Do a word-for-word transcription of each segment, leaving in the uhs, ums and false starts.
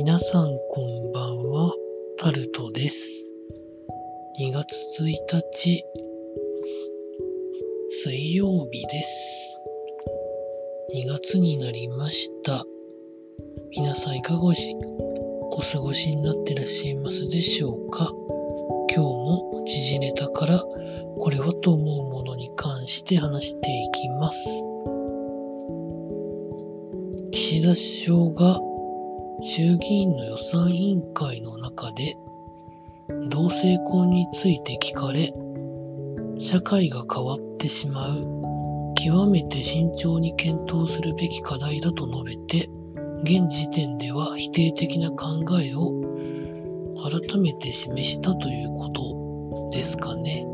皆さんこんばんは、タルトです。にがつついたち、水曜日です。にがつになりました。皆さんいかがお過ごしになってらっしゃいますでしょうか。今日も時事ネタからこれはと思うものに関して話していきます。岸田首相が衆議院の予算委員会の中で同性婚について聞かれ、社会が変わってしまう、極めて慎重に検討するべき課題だと述べて、現時点では否定的な考えを改めて示したということですかね。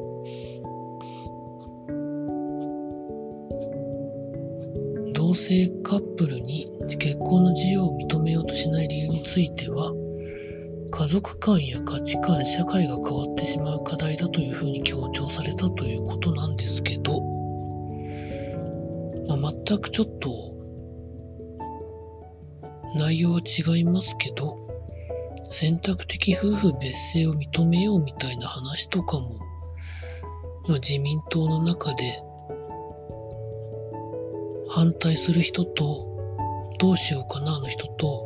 同性カップルに結婚の自由を認めようとしない理由については、家族観や価値観、社会が変わってしまう課題だというふうに強調されたということなんですけど、まあ、全くちょっと内容は違いますけど、選択的夫婦別姓を認めようみたいな話とかも、まあ、自民党の中で反対する人と、どうしようかなの人と、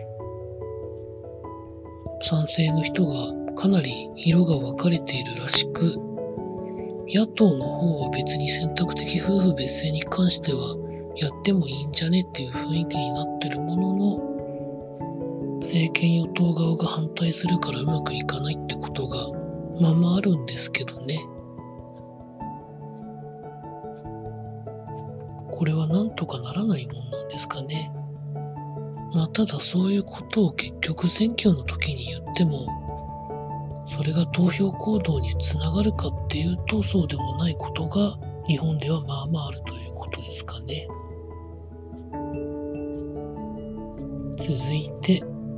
賛成の人がかなり色が分かれているらしく、野党の方は別に選択的夫婦別姓に関してはやってもいいんじゃねっていう雰囲気になってるものの、政権与党側が反対するからうまくいかないってことがまあまああるんですけどね。これはなんとかならないもんなんですかね。まあただそういうことを結局選挙の時に言っても、それが投票行動につながるかっていうとそうでもないことが日本ではまあまああるということですかね。続いて、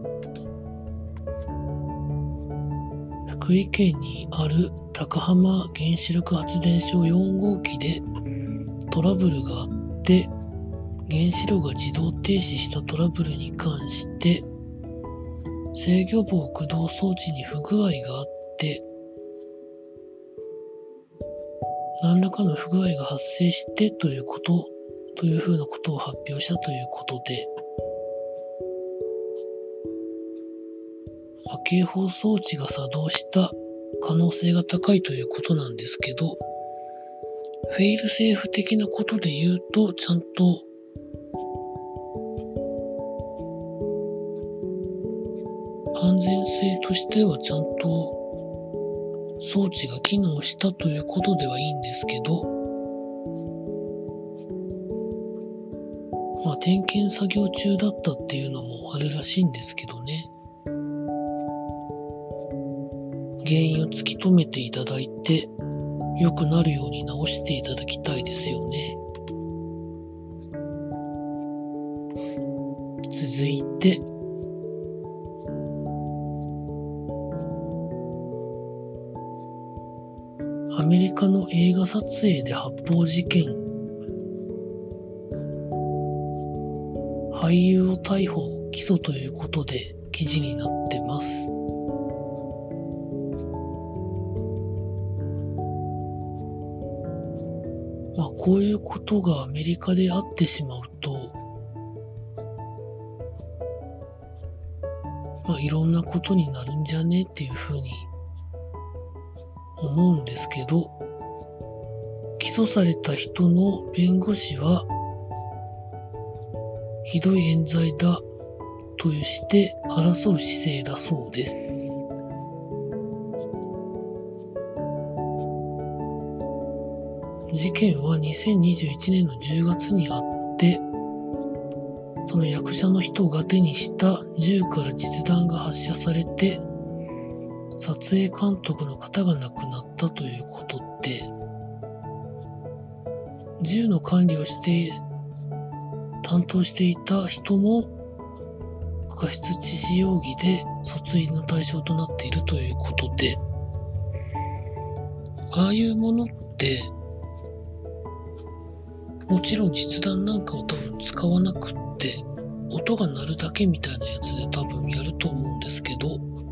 福井県にある高浜原子力発電所よんごうきでトラブルがあって原子炉が自動停止したトラブルに関して制御棒駆動装置に不具合があって何らかの不具合が発生してということというふうなことを発表したということで、警報装置が作動した可能性が高いということなんですけど、フェイルセーフ的なことで言うとちゃんと安全性としてはちゃんと装置が機能したということではいいんですけど、まあ点検作業中だったっていうのもあるらしいんですけどね。原因を突き止めていただいて良くなるように直していただきたいですよね。続いて、アメリカの映画撮影で発砲事件、俳優を逮捕・起訴ということで記事になってます。まあこういうことがアメリカであってしまうと、まあいろんなことになるんじゃねっていうふうに思うんですけど、起訴された人の弁護士はひどい冤罪だとして争う姿勢だそうです。事件はにせんにじゅういちねんのじゅうがつにあって、その役者の人が手にした銃から実弾が発射されて、撮影監督の方が亡くなったということで、銃の管理をして担当していた人も過失致死容疑で訴追の対象となっているということで、ああいうものってもちろん実弾なんかを多分使わなくって音が鳴るだけみたいなやつで多分やると思うんですけど、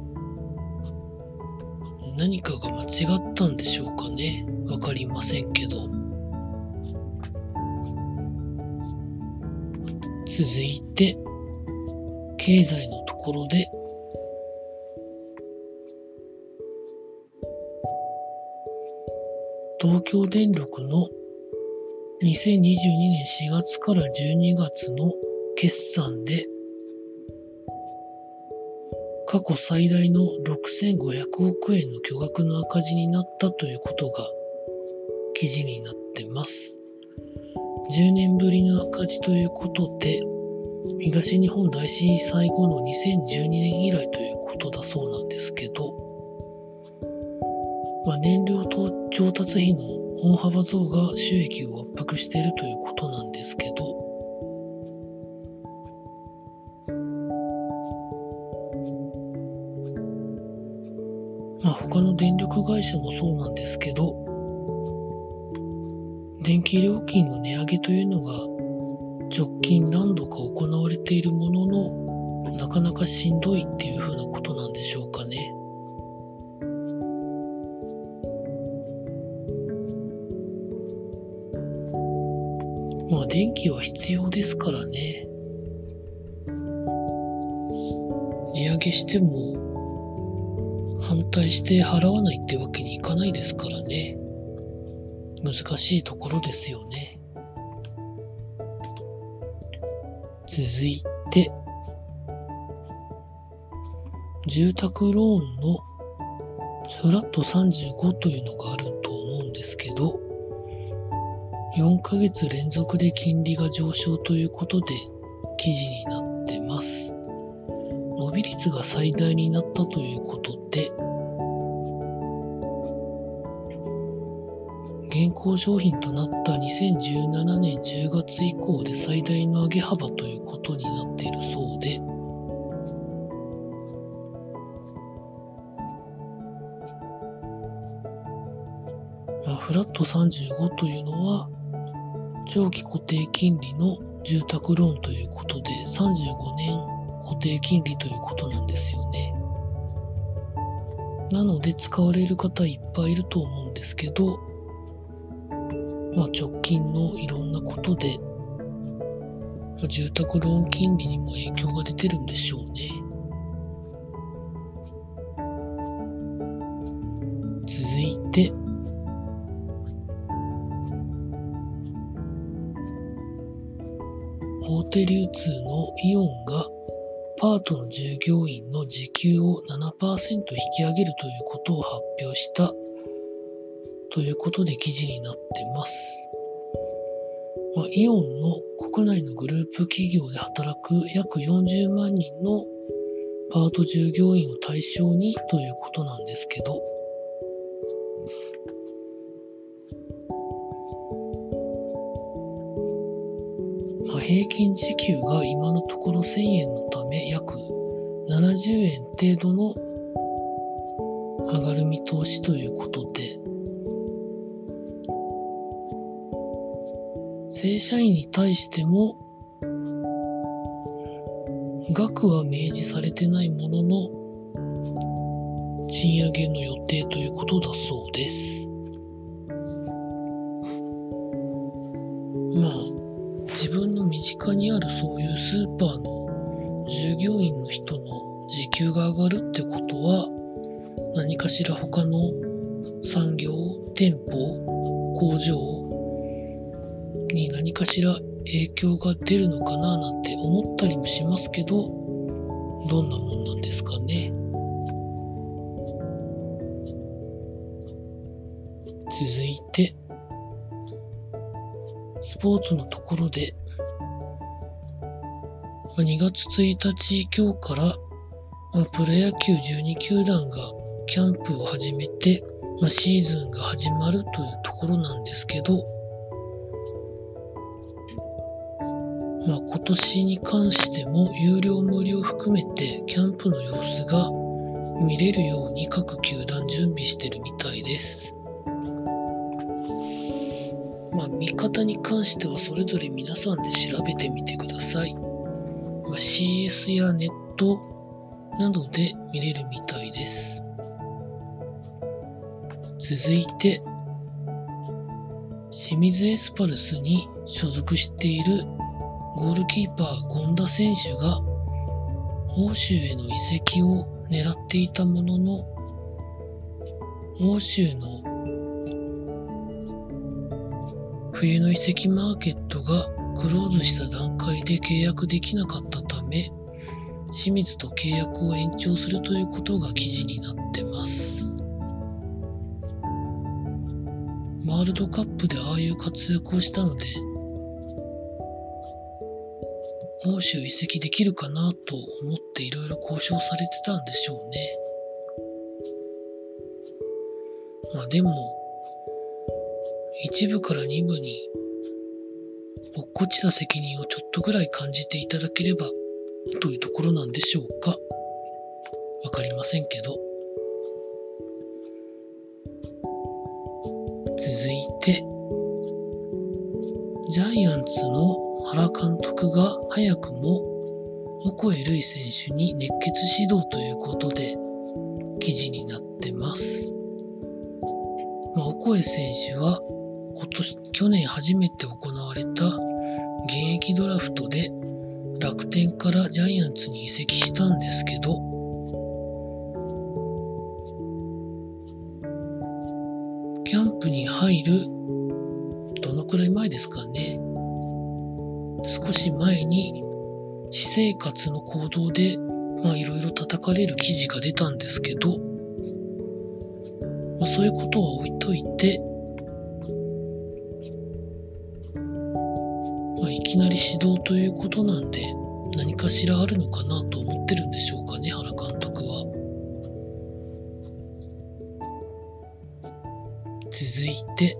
何かが間違ったんでしょうかね。わかりませんけど。続いて、経済のところで、東京電力のにせんにじゅうにねんしがつからじゅうにがつの決算で、過去最大のろくせんごひゃくおくえんの巨額の赤字になったということが記事になってます。じゅうねんぶりの赤字ということで、東日本大震災後のにせんじゅうにねん以来ということだそうなんですけど、まあ、燃料調達費の大幅増が収益を圧迫しているということなんですけど、まあ、他の電力会社もそうなんですけど、電気料金の値上げというのが直近何度か行われているものの、なかなかしんどいっていうふうなことなんでしょうかね。まあ電気は必要ですからね。値上げしても反対して払わないってわけにいかないですからね。難しいところですよね。続いて、住宅ローンのフラットさんじゅうごというのがあると思うんですけど、よんかげつ連続で金利が上昇ということで記事になってます。伸び率が最大になったということで、現行商品となったにせんじゅうななねんじゅうがつ以降で最大の上げ幅ということになっているそうで、まあ、フラットさんじゅうごというのは長期固定金利の住宅ローンということで、さんじゅうごねん固定金利ということなんですよね。なので使われる方いっぱいいると思うんですけど、まあ、直近のいろんなことで住宅ローン金利にも影響が出てるんでしょうね。続いて、大手流通のイオンがパートの従業員の時給を ななパーセント 引き上げるということを発表したということで記事になってます。まあ、イオンの国内のグループ企業で働く約よんじゅうまんにんのパート従業員を対象にということなんですけど、まあ、平均時給が今のところせんえんのため約ななじゅうえん程度の上がる見通しということで、正社員に対しても額は明示されてないものの賃上げの予定ということだそうです。まあ自分の身近にあるそういうスーパーの従業員の人の時給が上がるってことは、何かしら他の産業、店舗、工場に何かしら影響が出るのかななんて思ったりもしますけど、どんなもんなんですかね。続いて、スポーツのところで、にがつついたち今日からプロ野球じゅうにきゅうだんがキャンプを始めて、シーズンが始まるというところなんですけど、まあ、今年に関しても有料無料含めてキャンプの様子が見れるように各球団準備してるみたいです。まあ、見方に関してはそれぞれ皆さんで調べてみてください。ままあ、シーエス やネットなどで見れるみたいです。続いて、清水エスパルスに所属しているゴールキーパー権田選手が欧州への移籍を狙っていたものの、欧州の冬の移籍マーケットがクローズした段階で契約できなかったため、清水と契約を延長するということが記事になってます。ワールドカップでああいう活躍をしたので、欧州移籍できるかなと思っていろいろ交渉されてたんでしょうね。まあでも、一部から二部に落っこちた責任をちょっとぐらい感じていただければというところなんでしょうか。わかりませんけど。続いて、ジャイアンツの原監督が早くもオコエ瑠偉選手に熱血指導ということで記事になってます。まあ、オコエ選手は今年、去年初めて行われた現役ドラフトで楽天からジャイアンツに移籍したんですけど、キャンプに入るどのくらい前ですかね。少し前に私生活の行動でまあいろいろ叩かれる記事が出たんですけど、まあ、そういうことは置いといて、まあ、いきなり指導ということなんで何かしらあるのかなと思ってるんでしょうかね、原監督は。続いて、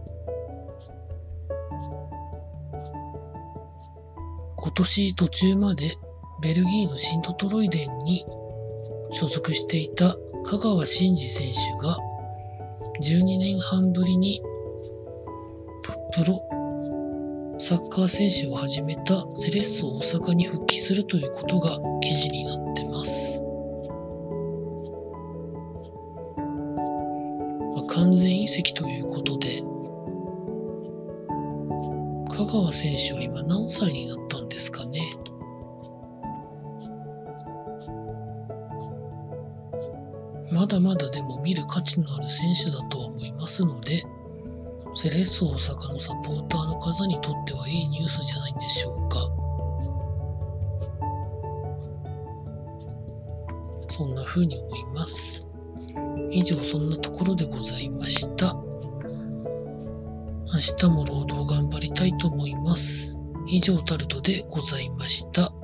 今年途中までベルギーのシントトロイデンに所属していた香川真司選手がじゅうにねんはんぶりにプロサッカー選手を始めたセレッソ大阪に復帰するということが記事になってます。まあ、完全移籍ということで、香川選手は今何歳になったんですかね。まだまだでも見る価値のある選手だとは思いますので、セレッソ大阪のサポーターの方にとってはいいニュースじゃないんでしょうか。そんな風に思います。以上、そんなところでございました。明日も労働頑張りたいと思います。以上タルトでございました。